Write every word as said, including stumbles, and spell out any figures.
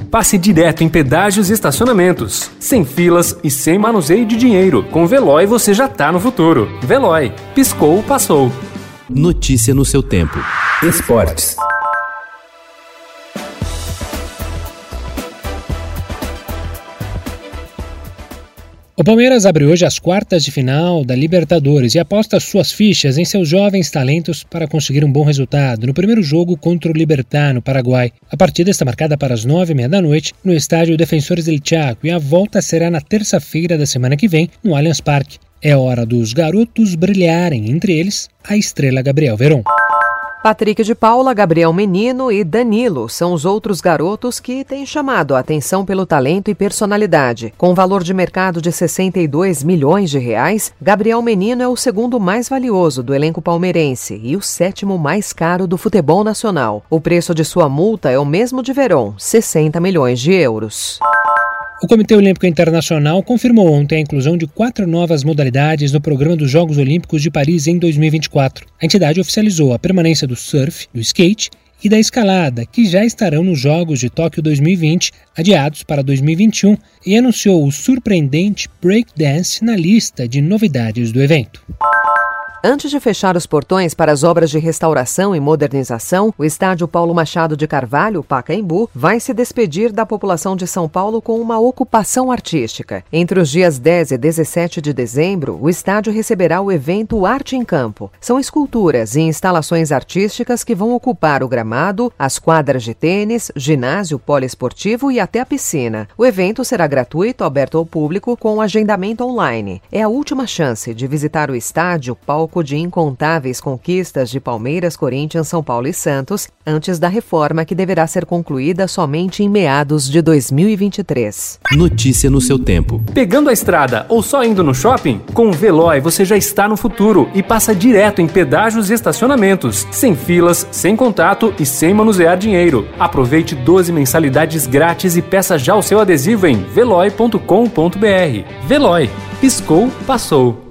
passe direto em pedágios e estacionamentos, sem filas e sem manuseio de dinheiro. Com Veloy você já tá no futuro. Veloy. Piscou, passou. Notícia no seu tempo. Esportes. O Palmeiras abre hoje as quartas de final da Libertadores e aposta suas fichas em seus jovens talentos para conseguir um bom resultado no primeiro jogo contra o Libertad, no Paraguai. A partida está marcada para as nove e meia da noite no estádio Defensores del Chaco e a volta será na terça-feira da semana que vem no Allianz Parque. É hora dos garotos brilharem, entre eles a estrela Gabriel Veron. Patrick de Paula, Gabriel Menino e Danilo são os outros garotos que têm chamado a atenção pelo talento e personalidade. Com valor de mercado de sessenta e dois milhões de reais, Gabriel Menino é o segundo mais valioso do elenco palmeirense e o sétimo mais caro do futebol nacional. O preço de sua multa é o mesmo de Veron, sessenta milhões de euros. O Comitê Olímpico Internacional confirmou ontem a inclusão de quatro novas modalidades no programa dos Jogos Olímpicos de Paris em dois mil e vinte e quatro. A entidade oficializou a permanência do surf, do skate e da escalada, que já estarão nos Jogos de Tóquio dois mil e vinte, adiados para dois mil e vinte e um, e anunciou o surpreendente breakdance na lista de novidades do evento. Antes de fechar os portões para as obras de restauração e modernização, o estádio Paulo Machado de Carvalho, Pacaembu, vai se despedir da população de São Paulo com uma ocupação artística. Entre os dias dez e dezessete de dezembro, o estádio receberá o evento Arte em Campo. São esculturas e instalações artísticas que vão ocupar o gramado, as quadras de tênis, ginásio poliesportivo e até a piscina. O evento será gratuito, aberto ao público, com agendamento online. É a última chance de visitar o estádio, palco de incontáveis conquistas de Palmeiras, Corinthians, São Paulo e Santos, antes da reforma que deverá ser concluída somente em meados de dois mil e vinte e três. Notícia no seu tempo. Pegando a estrada ou só indo no shopping? Com o Veloy você já está no futuro e passa direto em pedágios e estacionamentos, sem filas, sem contato e sem manusear dinheiro. Aproveite doze mensalidades grátis e peça já o seu adesivo em veloy ponto com ponto br. Veloy. Piscou, passou.